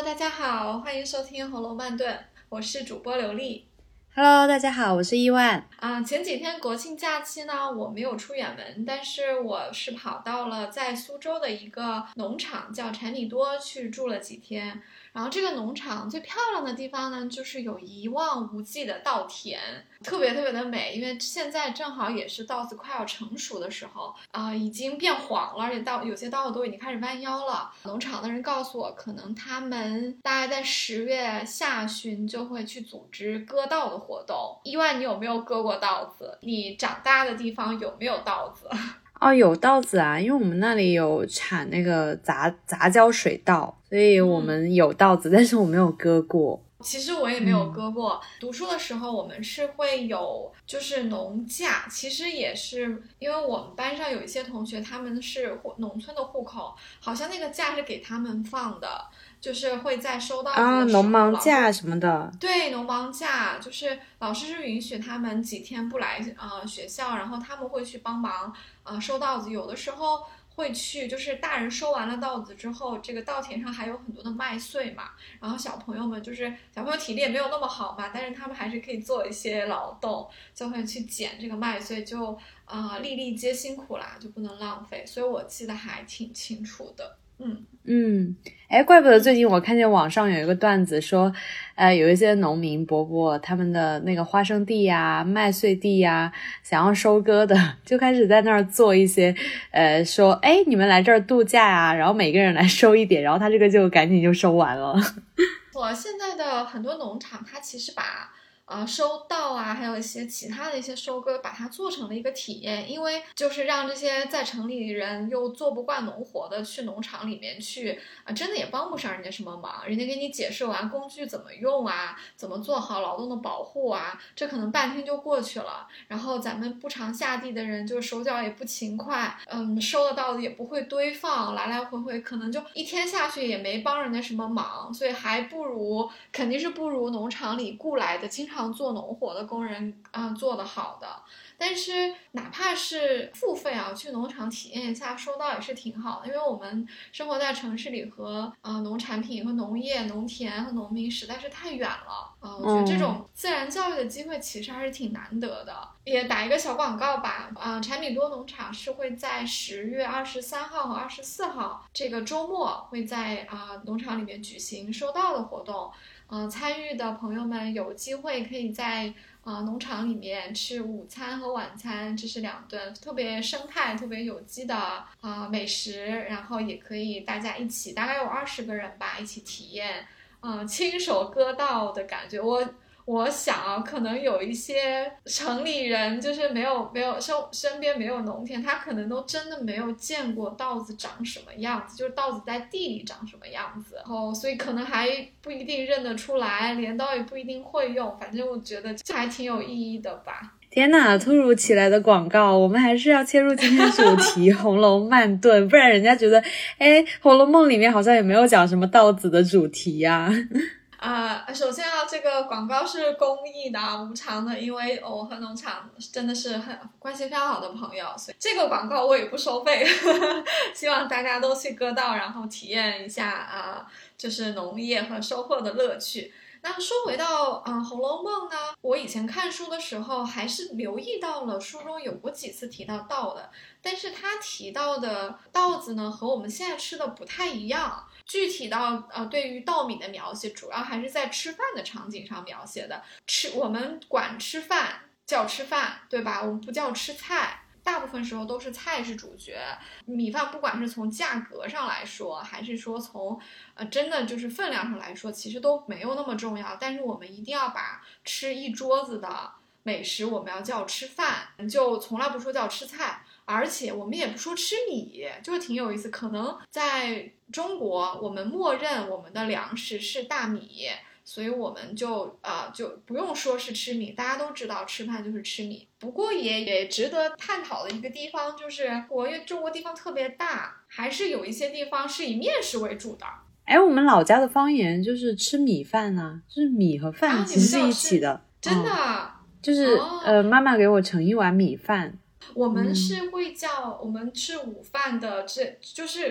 大家好，欢迎收听《红楼慢炖》，我是主播刘丽。 Hello， 大家好，我是伊万。 前几天国庆假期呢，我没有出远门，但是我是跑到了在苏州的一个农场，叫柴米多，去住了几天。然后这个农场最漂亮的地方呢，就是有一望无际的稻田，特别的美。因为现在正好也是稻子快要成熟的时候，已经变黄了，而且有些稻子都已经开始弯腰了。农场的人告诉我，可能他们大概在10月下旬就会去组织割稻的活动。意外，你有没有割过稻子？你长大的地方有没有稻子？ 有稻子啊，因为我们那里有产那个杂交水稻，所以我们有稻子，但是我没有割过。 其实我也没有割过。读书的时候我们是会有就是农假，其实也是因为我们班上有一些同学他们是农村的户口，好像那个假是给他们放的，就是会在收稻子的时候农忙假什么的。 对，农忙假就是老师是允许他们几天不来学校，然后他们会去帮忙收稻子，有的时候会去，就是大人收完了稻子之后，这个稻田上还有很多的麦穗嘛，然后小朋友们就是小朋友体力也没有那么好嘛，但是他们还是可以做一些劳动，就会去捡这个麦穗，就粒粒皆辛苦啦，就不能浪费，所以我记得还挺清楚的。 怪不得最近我看见网上有一个段子说，有一些农民伯伯他们的那个花生地呀、麦穗地呀，想要收割的，就开始在那儿做一些，说，你们来这儿度假啊，然后每个人来收一点，然后他这个就赶紧就收完了。 我现在的很多农场，它其实把收稻啊，还有一些其他的一些收割，把它做成了一个体验，因为就是让这些在城里人又做不惯农活的去农场里面去真的也帮不上人家什么忙，人家给你解释完工具怎么用啊，怎么做好劳动的保护啊，这可能半天就过去了。然后咱们不常下地的人，就手脚也不勤快，收的稻子也不会堆放，来来回回可能就一天下去也没帮人家什么忙，所以还不如肯定是不如农场里雇来的经常做农活的工人做得好的。但是哪怕是付费去农场体验一下收稻也是挺好的，因为我们生活在城市里和农产品和农业、农田和农民实在是太远了我觉得这种自然教育的机会其实还是挺难得的。也打一个小广告吧，柴米多农场是会在10月23号和24号这个周末会在农场里面举行收稻的活动。参与的朋友们有机会可以在农场里面吃午餐和晚餐，这是2顿特别生态、特别有机的美食，然后也可以大家一起，大概有20个人吧，一起体验亲手割稻的感觉。我想可能有一些城里人就是没有身边没有农田，他可能都真的没有见过稻子长什么样子，就是稻子在地里长什么样子，然后所以可能还不一定认得出来，镰刀也不一定会用，反正我觉得这还挺有意义的吧。 天哪，突如其来的广告，我们还是要切入今天主题红楼慢炖，不然人家觉得红楼梦里面好像也没有讲什么稻子的主题啊。 首先这个广告是公益的无偿的，因为我和农场真的是很关系非常好的朋友，所以这个广告我也不收费希望大家都去割稻，然后体验一下就是农业和收获的乐趣。那说回到红楼梦呢，我以前看书的时候还是留意到了书中有过几次提到稻的，但是他提到的稻子呢和我们现在吃的不太一样。具体到对于稻米的描写，主要还是在吃饭的场景上描写的。我们管吃饭叫吃饭，对吧？我们不叫吃菜。大部分时候都是菜是主角，米饭不管是从价格上来说，还是说从真的就是分量上来说，其实都没有那么重要。但是我们一定要把吃一桌子的美食，我们要叫吃饭，就从来不说叫吃菜。而且我们也不说吃米，就是挺有意思。可能在中国，我们默认我们的粮食是大米，所以我们就不用说是吃米，大家都知道吃饭就是吃米。不过也值得探讨的一个地方就是，因为中国地方特别大，还是有一些地方是以面食为主的。 我们老家的方言就是吃米饭啊，就是米和饭其实是一起的。 真的就是妈妈给我盛一碗米饭。 我们是会叫我们吃午饭的，这就是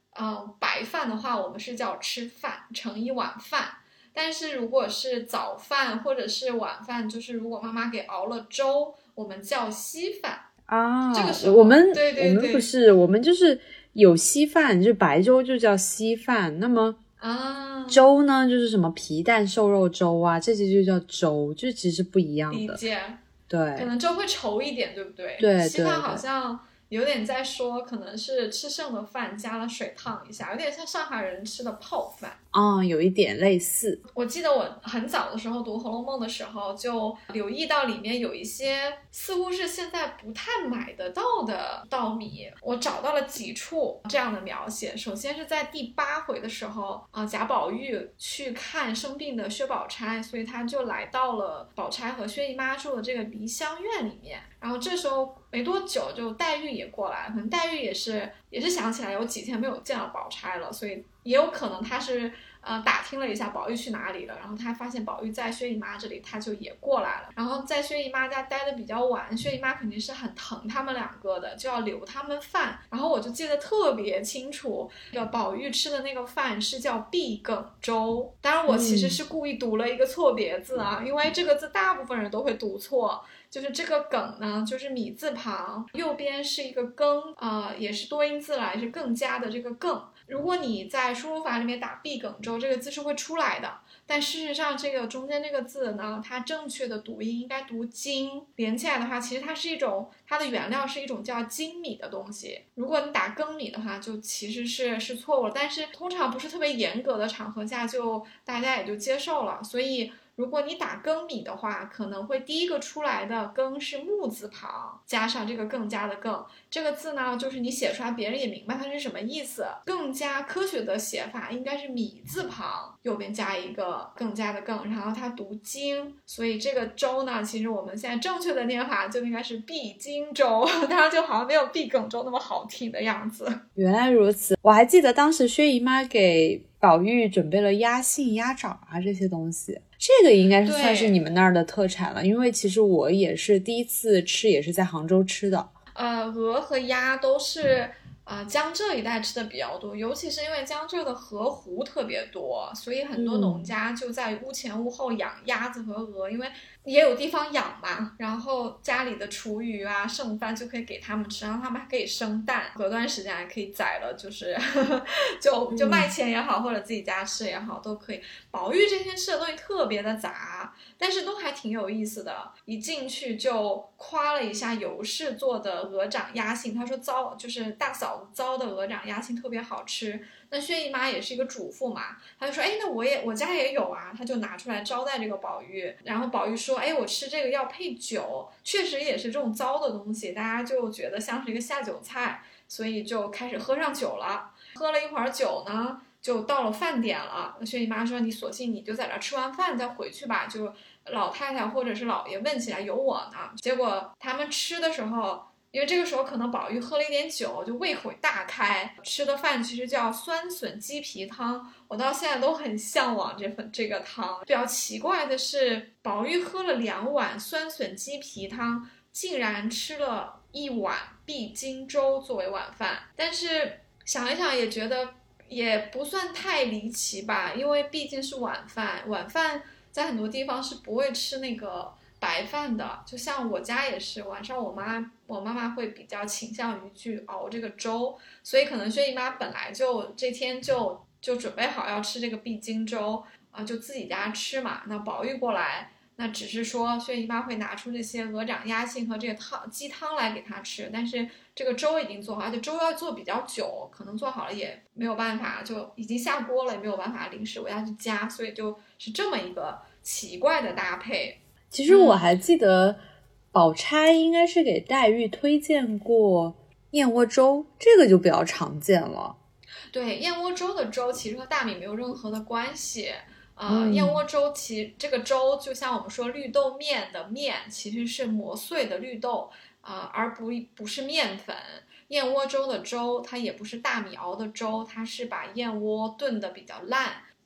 白饭的话，我们是叫吃饭，盛一碗饭。但是如果是早饭或者是晚饭，就是如果妈妈给熬了粥，我们叫稀饭。这个时候， 我们不对对对是，我们就是有稀饭，就白粥就叫稀饭。那么粥呢，就是什么皮蛋瘦肉粥啊，这些就叫粥，就其实不一样的。 理解。 对， 可能粥会稠一点，对不对？ 对， 稀饭好像有点在说，可能是吃剩的饭加了水烫一下，有点像上海人吃的泡饭。 有一点类似。 我记得我很早的时候读《红楼梦》的时候，就留意到里面有一些似乎是现在不太买得到的稻米，我找到了几处这样的描写。首先是在第8回的时候，贾宝玉去看生病的薛宝钗，所以他就来到了宝钗和薛姨妈住的这个梨香院里面。然后这时候没多久，就黛玉也过来，可能黛玉也是想起来有几天没有见到宝钗了，所以也有可能她是打听了一下宝玉去哪里了，然后她发现宝玉在薛姨妈这里，她就也过来了。然后在薛姨妈家待的比较晚，薛姨妈肯定是很疼他们2个的，就要留他们饭。然后我就记得特别清楚，这个宝玉吃的那个饭是叫碧梗粥。当然我其实是故意读了一个错别字啊，因为这个字大部分人都会读错。就是这个梗呢，就是米字旁，右边是一个更，也是多音字来，是更加的这个更。如果你在输入法里面打碧梗粥，这个字是会出来的。但事实上，这个中间这个字呢，它正确的读音应该读精，连起来的话，其实它是一种，它的原料是一种叫精米的东西。如果你打更米的话，就其实是错误了。但是通常不是特别严格的场合下，就大家也就接受了。所以如果你打更米的话，可能会第一个出来的更是木字旁加上这个更加的更，这个字呢，就是你写出来别人也明白它是什么意思。更加科学的写法应该是米字旁右边加一个更加的更，然后它读精，所以这个粥呢，其实我们现在正确的念法就应该是碧精粥，当然就好像没有碧梗粥那么好听的样子。 原来如此，我还记得当时薛姨妈给宝玉准备了鸭杏、鸭掌啊这些东西，这个应该是算是你们那儿的特产了，因为其实我也是第一次吃，也是在杭州吃的。 鹅和鸭都是江浙一带吃的比较多，尤其是因为江浙的河湖特别多，所以很多农家就在屋前屋后养鸭子和鹅，因为也有地方养嘛，然后家里的厨余啊剩饭就可以给他们吃，然后他们还可以生蛋，隔段时间还可以宰了，就是就卖钱也好，或者自己家吃也好都可以。宝玉这天吃的东西特别的杂，但是都还挺有意思的。一进去就夸了一下尤氏做的鹅掌鸭杏，他说就是大嫂子糟的鹅掌鸭杏特别好吃。那薛姨妈也是一个主妇嘛，她就说那我家也有啊，她就拿出来招待这个宝玉。然后宝玉说我吃这个要配酒，确实也是这种糟的东西，大家就觉得像是一个下酒菜，所以就开始喝上酒了。喝了一会儿酒呢，就到了饭点了。薛姨妈说你索性你就在这吃完饭再回去吧，就老太太或者是老爷问起来有我呢。结果他们吃的时候，因为这个时候可能宝玉喝了一点酒，就胃口大开，吃的饭其实叫酸笋鸡皮汤，我到现在都很向往这个汤。比较奇怪的是，宝玉喝了2碗酸笋鸡皮汤，竟然吃了1碗碧筋粥作为晚饭。但是想一想也觉得也不算太离奇吧，因为毕竟是晚饭，晚饭在很多地方是不会吃那个白饭的，就像我家也是，晚上我妈妈会比较倾向于去熬这个粥，所以可能薛姨妈本来就这天就准备好要吃这个碧筋粥就自己家吃嘛。那宝玉过来，那只是说薛姨妈会拿出这些鹅掌鸭杏和这个鸡汤来给他吃，但是这个粥已经做好，而且粥要做比较久，可能做好了也没有办法，就已经下锅了，也没有办法临时我要去加，所以就是这么一个奇怪的搭配。 其实我还记得宝钗应该是给黛玉推荐过燕窝粥，这个就比较常见了。 对，燕窝粥的粥其实和大米没有任何的关系。燕窝粥这个粥就像我们说绿豆面的面，其实是磨碎的绿豆而不是面粉。燕窝粥的粥它也不是大米熬的粥，它是把燕窝炖得比较烂，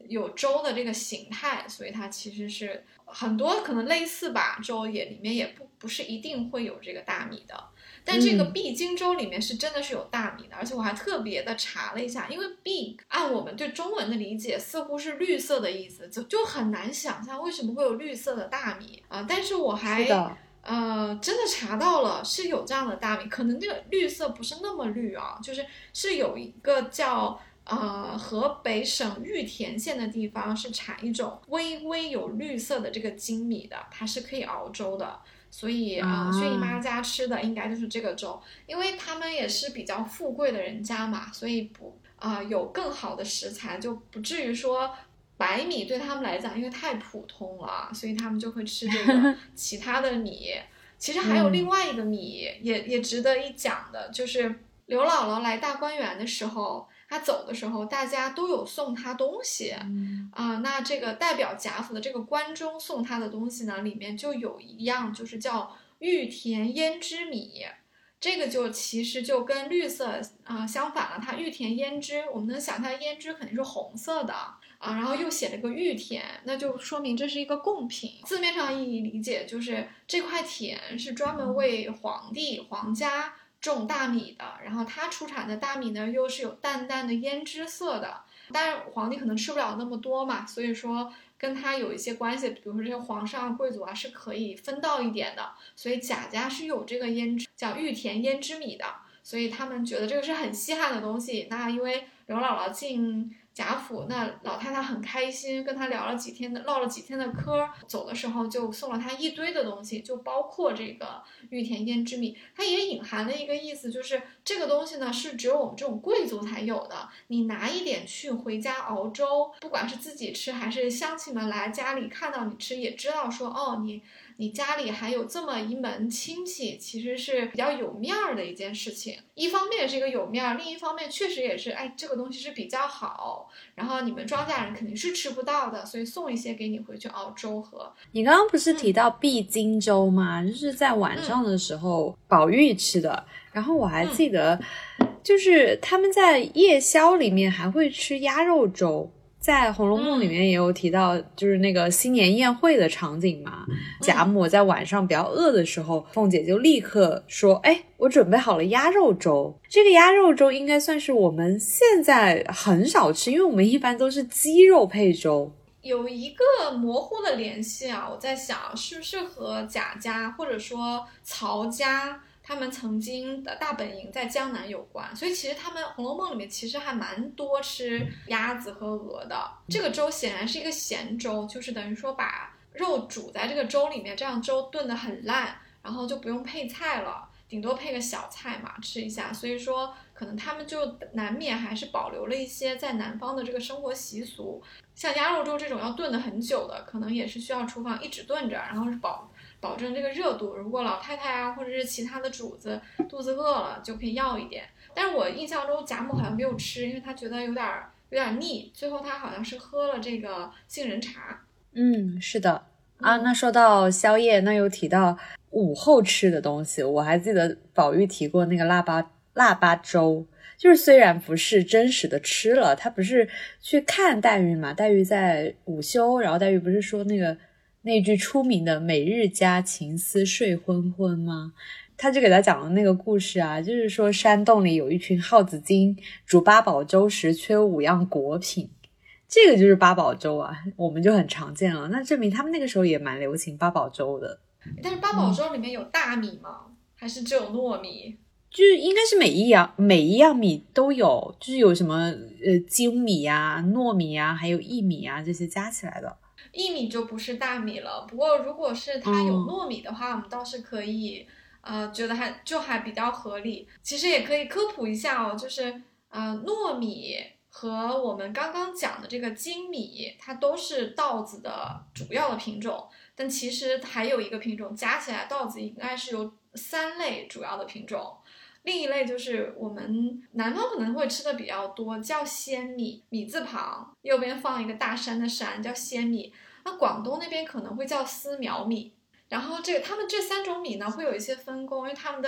有粥的这个形态，所以它其实是很多可能类似吧，粥也里面也不是一定会有这个大米的。但这个必经粥里面是真的是有大米的，而且我还特别的查了一下，因为必按我们对中文的理解似乎是绿色的意思，就很难想象为什么会有绿色的大米啊、但是我还真的查到了是有这样的大米，可能这个绿色不是那么绿啊，是有一个叫河北省玉田县的地方是产一种微微有绿色的这个精米的，它是可以熬粥的。所以薛姨妈家吃的应该就是这个粥，因为他们也是比较富贵的人家嘛，所以有更好的食材，就不至于说白米对他们来讲因为太普通了，所以他们就会吃这个其他的米。其实还有另外一个米也值得一讲的，就是刘姥姥来大观园的时候，她走的时候大家都有送她东西那这个代表贾府的这个关中送她的东西呢，里面就有一样就是叫玉田胭脂米，这个就其实就跟绿色相反了，它玉田胭脂，我们能想它胭脂肯定是红色的然后又写了个玉田，那就说明这是一个贡品。字面上意义理解就是这块田是专门为皇家种大米的，然后它出产的大米呢又是有淡淡的胭脂色的，但是皇帝可能吃不了那么多嘛，所以说跟他有一些关系，比如说这些皇上贵族是可以分到一点的，所以贾家是有这个胭脂叫玉田胭脂米的，所以他们觉得这个是很稀罕的东西。那因为刘姥姥进贾府，那老太太很开心，跟她唠了几天的嗑，走的时候就送了她一堆的东西，就包括这个玉田胭脂米。它也隐含了一个意思，就是这个东西呢是只有我们这种贵族才有的，你拿一点去回家熬粥，不管是自己吃还是乡亲们来家里看到你吃，也知道说你家里还有这么一门亲戚，其实是比较有面儿的一件事情。一方面是一个有面儿，另一方面确实也是这个东西是比较好，然后你们庄稼人肯定是吃不到的，所以送一些给你回去熬粥喝。 你刚刚不是提到必经粥吗？就是在晚上的时候宝玉吃的，然后我还记得就是他们在夜宵里面还会吃鸭肉粥，在《红楼梦》里面也有提到，就是那个新年宴会的场景嘛。贾母在晚上比较饿的时候，凤姐就立刻说：“我准备好了鸭肉粥。”这个鸭肉粥应该算是我们现在很少吃，因为我们一般都是鸡肉配粥。 有一个模糊的联系我在想是不是和贾家或者说曹家他们曾经的大本营在江南有关，所以其实他们《红楼梦》里面其实还蛮多吃鸭子和鹅的。这个粥显然是一个咸粥，就是等于说把肉煮在这个粥里面，这样粥炖得很烂，然后就不用配菜了，顶多配个小菜嘛吃一下。所以说可能他们就难免还是保留了一些在南方的这个生活习俗，像鸭肉粥这种要炖得很久的，可能也是需要厨房一直炖着，然后是保证这个热度，如果老太太或者是其他的主子肚子饿了就可以要一点。但是我印象中贾母好像没有吃，因为她觉得有点腻，最后她好像是喝了这个杏仁茶。 是的那说到宵夜，那又提到午后吃的东西，我还记得宝玉提过那个腊八粥，就是虽然不是真实的吃了，他不是去看黛玉嘛，黛玉在午休，然后黛玉不是说那句出名的每日佳情思睡昏昏吗？他就给他讲了那个故事就是说山洞里有一群耗子精，煮八宝粥时缺5样果品，这个就是八宝粥我们就很常见了，那证明他们那个时候也蛮流行八宝粥的。 但是八宝粥里面有大米吗？还是只有糯米？ 就是应该是每一样米都有，就是有什么精米糯米还有薏米这些加起来的。 薏米就不是大米了，不过如果是它有糯米的话，我们倒是可以觉得还比较合理。其实也可以科普一下就是糯米和我们刚刚讲的这个精米，它都是稻子的主要的品种，但其实还有一个品种，加起来稻子应该是有3类主要的品种。另一类就是我们南方可能会吃的比较多，叫鲜米，米字旁右边放一个大山的山，叫鲜米。那广东那边可能会叫丝苗米。然后他们这3种米呢会有一些分工，因为他们的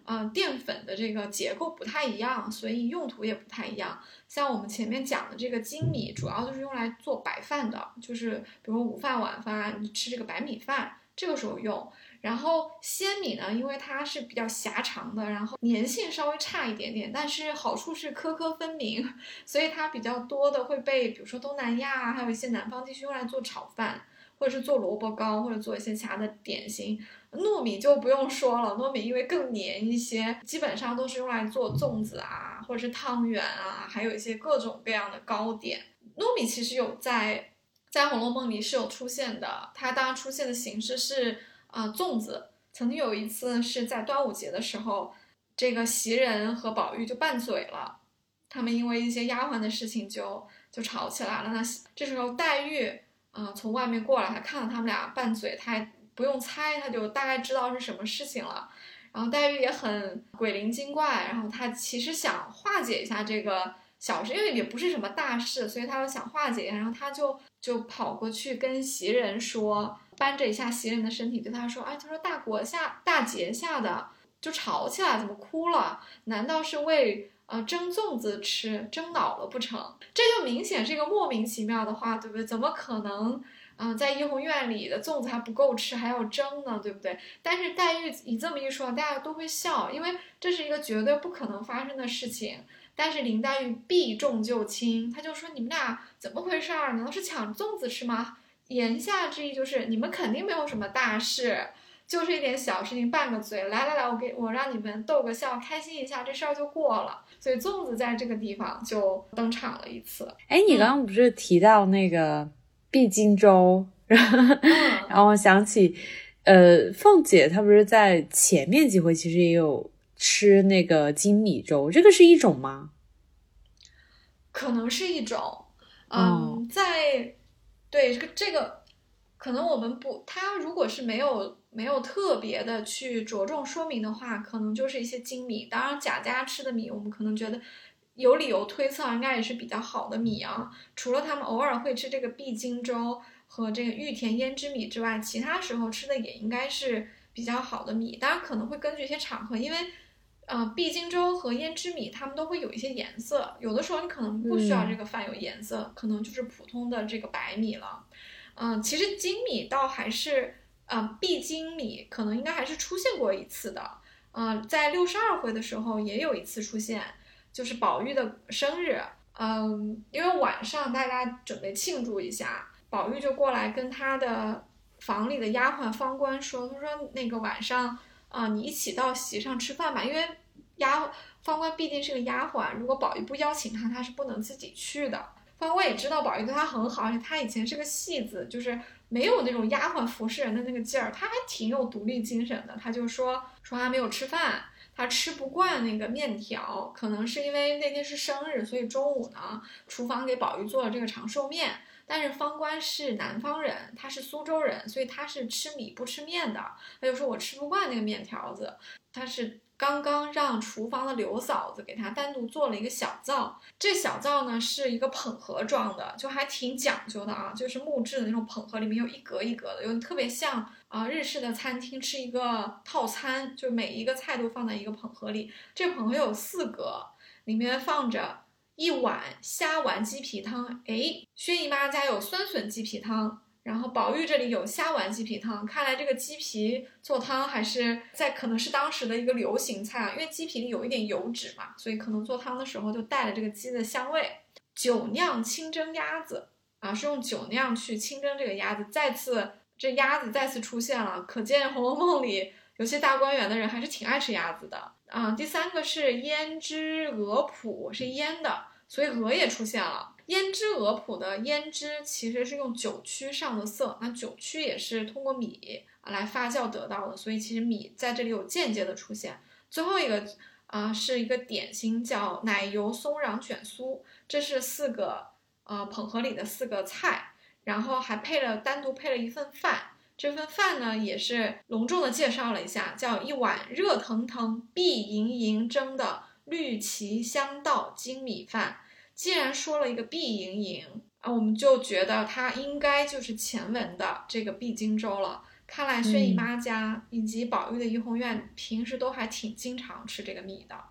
淀粉的这个结构不太一样，所以用途也不太一样。像我们前面讲的这个精米，主要就是用来做白饭的，就是比如午饭、晚饭你吃这个白米饭，这个时候用。然后鲜米呢，因为它是比较狭长的，然后粘性稍微差一点点，但是好处是颗颗分明，所以它比较多的会被比如说东南亚还有一些南方地区用来做炒饭，或者是做萝卜糕，或者做一些其他的点心。糯米就不用说了，糯米因为更黏一些，基本上都是用来做粽子啊，或者是汤圆啊，还有一些各种各样的糕点。糯米其实有在《红楼梦》里是有出现的，它当然出现的形式是粽子。曾经有一次是在端午节的时候，这个袭人和宝玉就拌嘴了，他们因为一些丫鬟的事情就吵起来了。那这时候黛玉从外面过来，他看到他们俩拌嘴，他还不用猜，他就大概知道是什么事情了。然后黛玉也很鬼灵精怪，然后他其实想化解一下这个小事，因为也不是什么大事，所以他就想化解一下。然后他就跑过去跟袭人说，扳着一下袭人的身体，对他说：“哎，他说大节下的就吵起来，怎么哭了？难道是为蒸粽子吃蒸恼了不成？”这就明显是一个莫名其妙的话，对不对？怎么可能？在怡红院里的粽子还不够吃，还要蒸呢，对不对？但是黛玉一这么一说，大家都会笑，因为这是一个绝对不可能发生的事情。但是林黛玉避重就轻，她就说：“你们俩怎么回事儿？难道是抢粽子吃吗？”言下之意就是你们肯定没有什么大事，就是一点小事情拌个嘴，来，我让你们逗个笑，开心一下，这事儿就过了。所以粽子在这个地方就登场了一次。 哎，你刚刚不是提到那个必经粥，然后我想起凤姐她不是在前面几回其实也有吃那个精米粥，这个是一种吗？ 可能是一种，对这个可能我们不，它如果是没有特别的去着重说明的话，可能就是一些精米。当然贾家吃的米，我们可能觉得有理由推测应该也是比较好的米啊。除了他们偶尔会吃这个必经粥和这个玉田胭脂米之外，其他时候吃的也应该是比较好的米。当然可能会根据一些场合，因为必经粥和胭脂米它们都会有一些颜色，有的时候你可能不需要这个饭有颜色，可能就是普通的这个白米了。其实精米倒还是必经米可能应该还是出现过一次的。在62回的时候也有一次出现，就是宝玉的生日。因为晚上大家准备庆祝一下，宝玉就过来跟他的房里的丫鬟方官说，他说那个晚上你一起到席上吃饭吧，因为方官毕竟是个丫鬟，如果宝玉不邀请他，他是不能自己去的。方官也知道宝玉对他很好，而且他以前是个戏子，就是没有那种丫鬟服侍人的那个劲儿，他还挺有独立精神的。他就说他没有吃饭，他吃不惯那个面条，可能是因为那天是生日，所以中午呢厨房给宝玉做了这个长寿面。但是方官是南方人，他是苏州人，所以他是吃米不吃面的。他就说我吃不惯那个面条子，他是刚刚让厨房的刘嫂子给他单独做了一个小灶，这小灶呢是一个捧盒装的，就还挺讲究的啊，就是木质的那种捧盒，里面有一格一格的，有特别像日式的餐厅吃一个套餐，就每一个菜都放在一个捧盒里。这捧盒有4格，里面放着一碗虾丸鸡皮汤。薛姨妈家有酸笋鸡皮汤，然后宝玉这里有虾丸鸡皮汤，看来这个鸡皮做汤还是可能是当时的一个流行菜啊，因为鸡皮里有一点油脂嘛，所以可能做汤的时候就带了这个鸡的香味。酒酿清蒸鸭子是用酒酿去清蒸这个鸭子，这鸭子再次出现了，可见《红楼梦》里有些大观园的人还是挺爱吃鸭子的。第3个是胭脂鹅脯，是腌的，所以鹅也出现了。胭脂鹅脯的胭脂其实是用酒曲上的色，那酒曲也是通过米来发酵得到的，所以其实米在这里有间接的出现。最后一个是一个点心叫奶油松瓤卷酥，这是4个捧盒里的4个菜，然后还单独配了一份饭。这份饭呢也是隆重的介绍了一下，叫一碗热腾腾碧莹莹蒸的绿旗香稻精米饭。既然说了一个碧莹莹我们就觉得它应该就是前文的这个碧荆州了。 看来薛姨妈家以及宝玉的怡红院平时都还挺经常吃这个米的。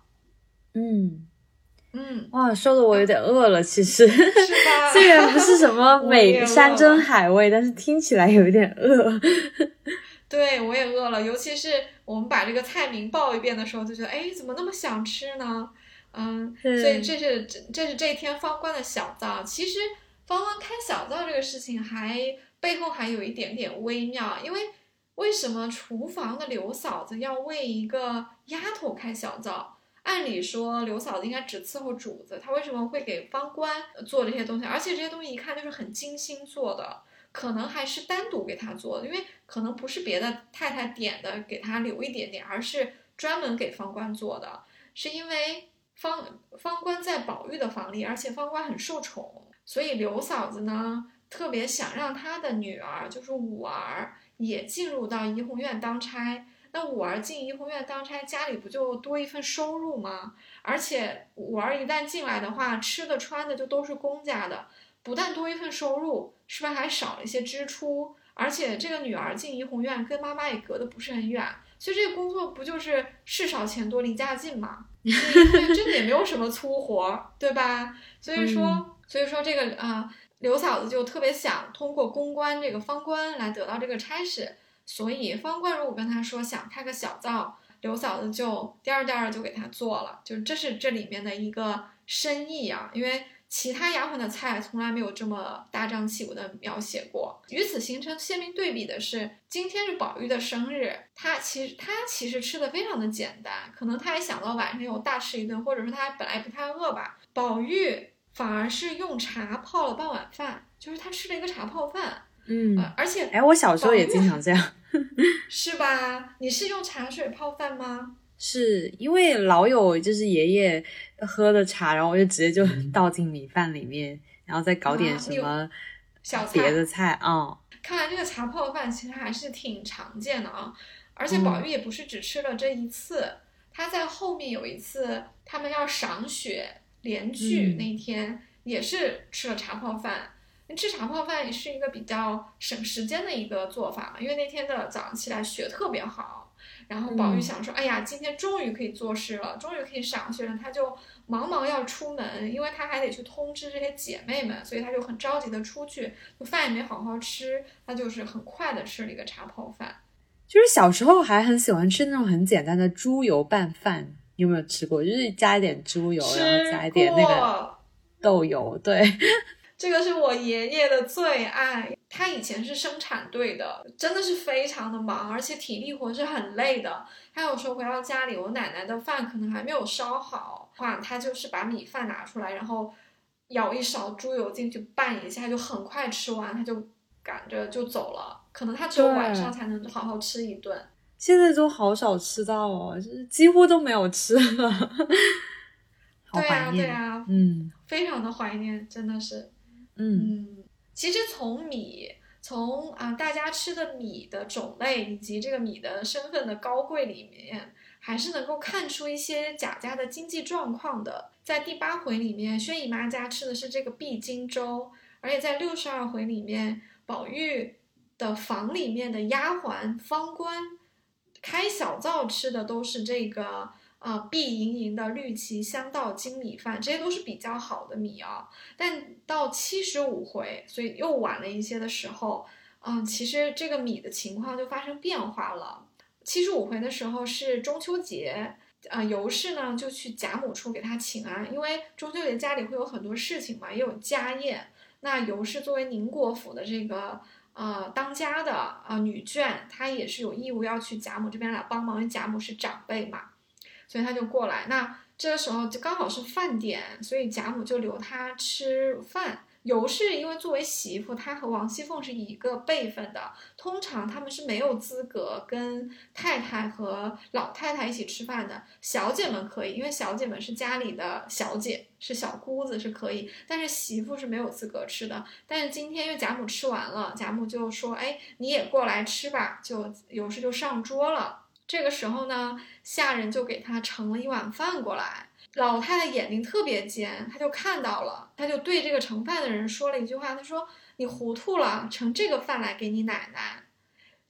哇，说的我有点饿了，其实是吧？ 虽然不是什么我也山珍饿了海味，但是听起来有一点饿。 对，我也饿了，尤其是我们把这个菜名报一遍的时候，就觉得，哎，怎么那么想吃呢？所以这是这一天方官的小灶。其实方官开小灶这个事情背后还有一点点微妙，因为为什么厨房的刘嫂子要为一个丫头开小灶？按理说刘嫂子应该只伺候主子，她为什么会给方官做这些东西？而且这些东西一看就是很精心做的，可能还是单独给他做的，因为可能不是别的太太点的给他留一点点，而是专门给方官做的。是因为方官在宝玉的房里，而且方官很受宠，所以刘嫂子呢特别想让她的女儿，就是五儿，也进入到怡红院当差。那五儿进怡红院当差，家里不就多一份收入吗？而且五儿一旦进来的话，吃的穿的就都是公家的，不但多一份收入，是不是还少了一些支出？而且这个女儿进怡红院跟妈妈也隔得不是很远，所以这个工作不就是事少钱多离家近吗？所以怡红院真的也没有什么粗活，对吧？所以说这个刘嫂子就特别想通过公关这个方官来得到这个差事。所以方官如果跟他说想开个小灶，刘嫂子就颠儿就给他做了，就这是这里面的一个深意啊，因为其他丫鬟的菜从来没有这么大张旗鼓的描写过。与此形成鲜明对比的是，今天是宝玉的生日，他其实吃的非常的简单，可能他也想到晚上有大吃一顿，或者说他本来不太饿吧。宝玉反而是用茶泡了半碗饭，就是他吃了一个茶泡饭。而且我小时候也经常这样。 是吧？你是用茶水泡饭吗？ 是因为老有就是爷爷喝的茶，然后我就直接就倒进米饭里面，然后再搞点什么小别的菜。 看来这个茶泡饭其实还是挺常见的啊。而且宝玉也不是只吃了这一次，他在后面有一次他们要赏雪联聚那一天，也是吃了茶泡饭。吃茶泡饭也是一个比较省时间的一个做法嘛，因为那天的早上起来雪特别好，然后宝玉想说，哎呀，今天终于可以做事了，终于可以赏雪了，他就忙要出门，因为他还得去通知这些姐妹们，所以他就很着急的出去，就饭也没好好吃，他就是很快的吃了一个茶泡饭。 就是小时候还很喜欢吃那种很简单的猪油拌饭，你有没有吃过？就是加一点猪油，然后加一点那个豆油。对， 这个是我爷爷的最爱，他以前是生产队的，真的是非常的忙，而且体力活是很累的。他有时候回到家里，我奶奶的饭可能还没有烧好，他就是把米饭拿出来，然后舀一勺猪油进去拌一下，就很快吃完，他就赶着就走了。可能他只有晚上才能好好吃一顿。 现在都好少吃到哦，就是几乎都没有吃了。好怀念。 对啊，非常的怀念，真的是。其实从大家吃的米的种类以及这个米的身份的高贵里面，还是能够看出一些贾家的经济状况的。在第8回里面，薛姨妈家吃的是这个碧荆粥，而且在62回里面，宝玉的房里面的丫鬟方官开小灶吃的都是这个碧莹莹的绿旗香稻精米饭，这些都是比较好的米啊。但到75回，所以又晚了一些的时候，其实这个米的情况就发生变化了。75回的时候是中秋节，尤氏呢就去贾母处给他请安，因为中秋节家里会有很多事情嘛，也有家宴。那尤氏作为宁国府的这个当家的女眷，她也是有义务要去贾母这边来帮忙，因为贾母是长辈嘛。所以他就过来，那这个时候就刚好是饭点，所以贾母就留他吃饭。尤氏因为作为媳妇，她和王熙凤是一个辈分的，通常他们是没有资格跟太太和老太太一起吃饭的。小姐们可以，因为小姐们是家里的小姐，是小姑子是可以，但是媳妇是没有资格吃的。但是今天因为贾母吃完了，贾母就说，哎，你也过来吃吧，就尤氏就上桌了。这个时候呢，下人就给他盛了一碗饭过来。老太太眼睛特别尖，她就看到了，她就对这个盛饭的人说了一句话，她说：“你糊涂了，盛这个饭来给你奶奶。”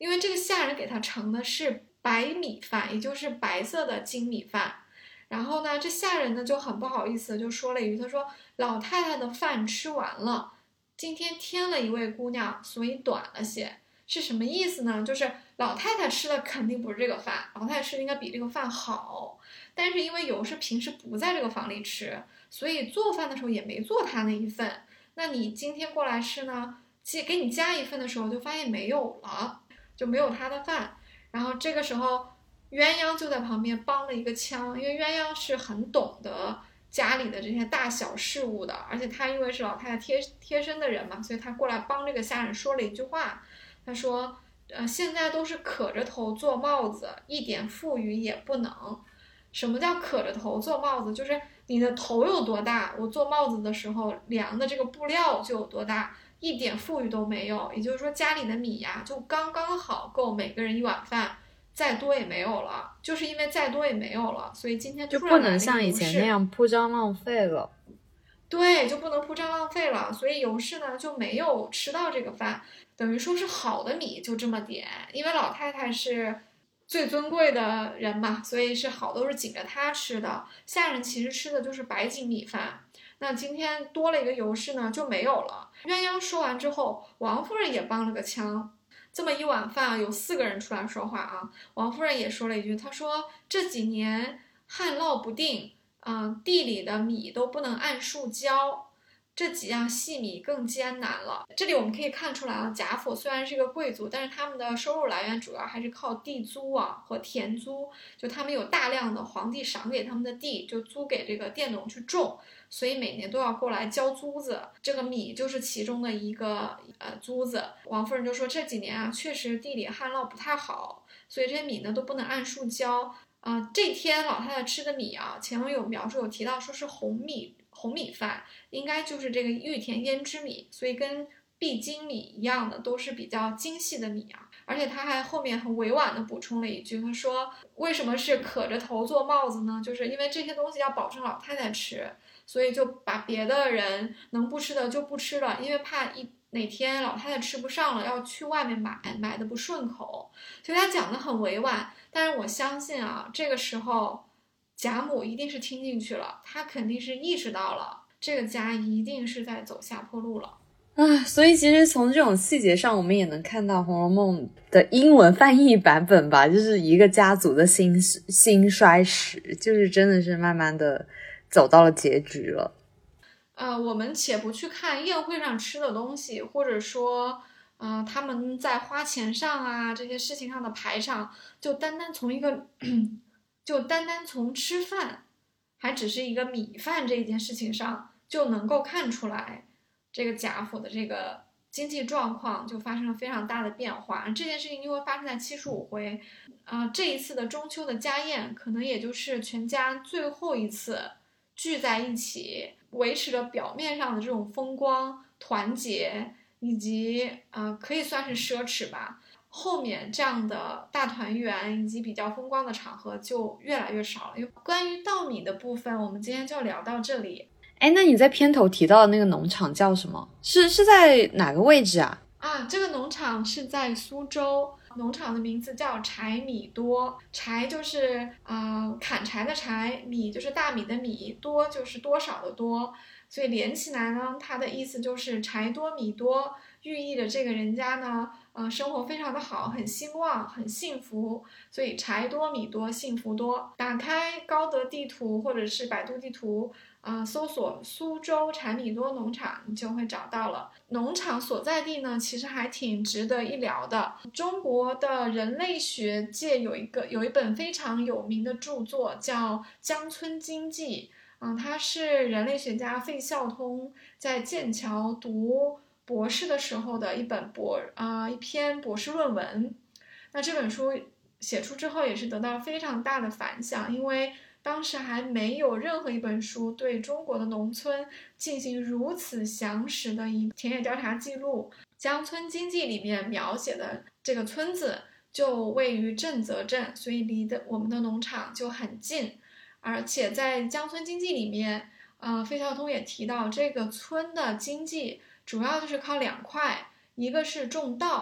因为这个下人给他盛的是白米饭，也就是白色的精米饭。然后呢，这下人呢就很不好意思，就说了一句，他说老太太的饭吃完了，今天添了一位姑娘，所以短了些。是什么意思呢？就是老太太吃的肯定不是这个饭，老太太吃的应该比这个饭好，但是因为尤氏平时不在这个房里吃，所以做饭的时候也没做她那一份。那你今天过来吃呢，给你加一份的时候就发现没有了，就没有她的饭。然后这个时候鸳鸯就在旁边帮了一个腔，因为鸳鸯是很懂得家里的这些大小事务的，而且他因为是老太太贴身的人嘛，所以他过来帮这个下人说了一句话，他说现在都是可着头做帽子，一点富裕也不能。什么叫可着头做帽子？就是你的头有多大，我做帽子的时候量的这个布料就有多大，一点富裕都没有。也就是说家里的米呀就刚刚好够每个人一碗饭，再多也没有了。就是因为再多也没有了，所以今天就不能像以前那样铺张浪费了。 对，就不能铺张浪费了，所以尤氏呢就没有吃到这个饭，等于说是好的米就这么点，因为老太太是最尊贵的人嘛，所以是好都是紧着她吃的，下人其实吃的就是白锦米饭。那今天多了一个尤氏呢就没有了。鸳鸯说完之后，王夫人也帮了个腔，这么一碗饭有4个人出来说话啊，王夫人也说了一句，她说这几年旱涝不定，地里的米都不能按数交，这几样细米更艰难了。这里我们可以看出来啊，贾府虽然是一个贵族，但是他们的收入来源主要还是靠地租啊和田租，就他们有大量的皇帝赏给他们的地，就租给这个佃农去种，所以每年都要过来交租子，这个米就是其中的一个租子。王夫人就说这几年啊，确实地里旱涝不太好，所以这些米呢都不能按数交。这天老太太吃的米啊，前文有描述有提到说是红米饭，应该就是这个玉田胭脂米，所以跟碧粳米一样的，都是比较精细的米啊。而且他还后面很委婉的补充了一句，他说为什么是可着头做帽子呢？就是因为这些东西要保证老太太吃，所以就把别的人能不吃的就不吃了，因为怕哪天老太太吃不上了，要去外面买的不顺口，所以他讲的很委婉。但是我相信啊，这个时候贾母一定是听进去了，她肯定是意识到了这个家一定是在走下坡路了所以其实从这种细节上，我们也能看到《红楼梦》的英文翻译版本吧，就是一个家族的兴衰史，就是真的是慢慢的走到了结局了。 我们且不去看宴会上吃的东西，或者说他们在花钱上啊这些事情上的排场，就单单从吃饭，还只是一个米饭这一件事情上，就能够看出来这个贾府的这个经济状况就发生了非常大的变化。这件事情就会发生在75回，这一次的中秋的家宴，可能也就是全家最后一次聚在一起，维持着表面上的这种风光团结，以及可以算是奢侈吧。后面这样的大团圆以及比较风光的场合就越来越少了。关于稻米的部分，我们今天就聊到这里。 那你在片头提到的那个农场叫什么？是在哪个位置啊？ 这个农场是在苏州，农场的名字叫柴米多。柴就是砍柴的柴，米就是大米的米，多就是多少的多，所以连起来呢，它的意思就是柴多米多，寓意着这个人家呢生活非常的好，很兴旺，很幸福，所以柴多米多，幸福多。打开高德地图或者是百度地图搜索苏州柴米多农场，你就会找到了。农场所在地呢，其实还挺值得一聊的。中国的人类学界有一本非常有名的著作叫《江村经济》，它是人类学家费孝通在剑桥读博士的时候的一篇博士论文。那这本书写出之后也是得到非常大的反响，因为当时还没有任何一本书对中国的农村进行如此详实的一田野调查记录。江村经济里面描写的这个村子就位于震泽镇，所以离我们的农场就很近。而且在江村经济里面费孝通也提到，这个村的经济主要就是靠2块，一个是种稻，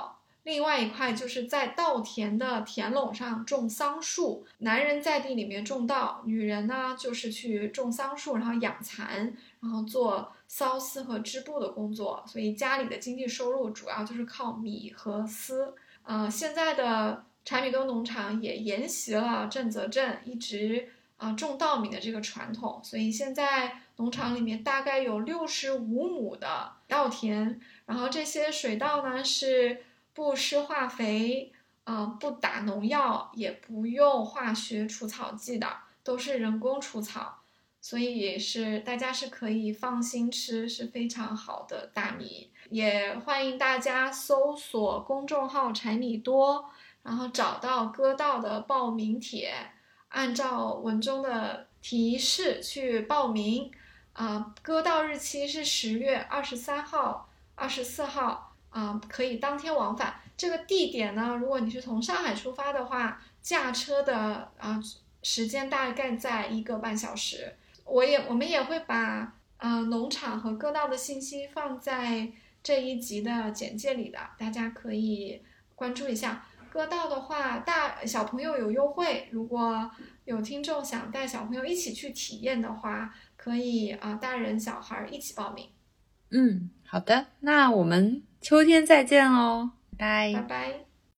另外一块就是在稻田的田垄上种桑树，男人在地里面种稻，女人呢就是去种桑树，然后养蚕，然后做缫丝和织布的工作，所以家里的经济收入主要就是靠米和丝。现在的柴米油农场也沿袭了郑则正一直种稻米的这个传统，所以现在农场里面大概有65亩的稻田，然后这些水稻呢是不施化肥，不打农药，也不用化学除草剂的，都是人工除草，所以大家是可以放心吃，是非常好的大米。也欢迎大家搜索公众号柴米多，然后找到割稻的报名帖，按照文中的提示去报名。割稻日期是10月23号、24号。可以当天往返。这个地点呢，如果你是从上海出发的话，驾车的时间大概在1个半小时。我们也会把农场和割稻的信息放在这一集的简介里的，大家可以关注一下。割稻的话，小朋友有优惠，如果有听众想带小朋友一起去体验的话，可以大人小孩一起报名。 好的，那我们秋天再见哦，拜拜拜。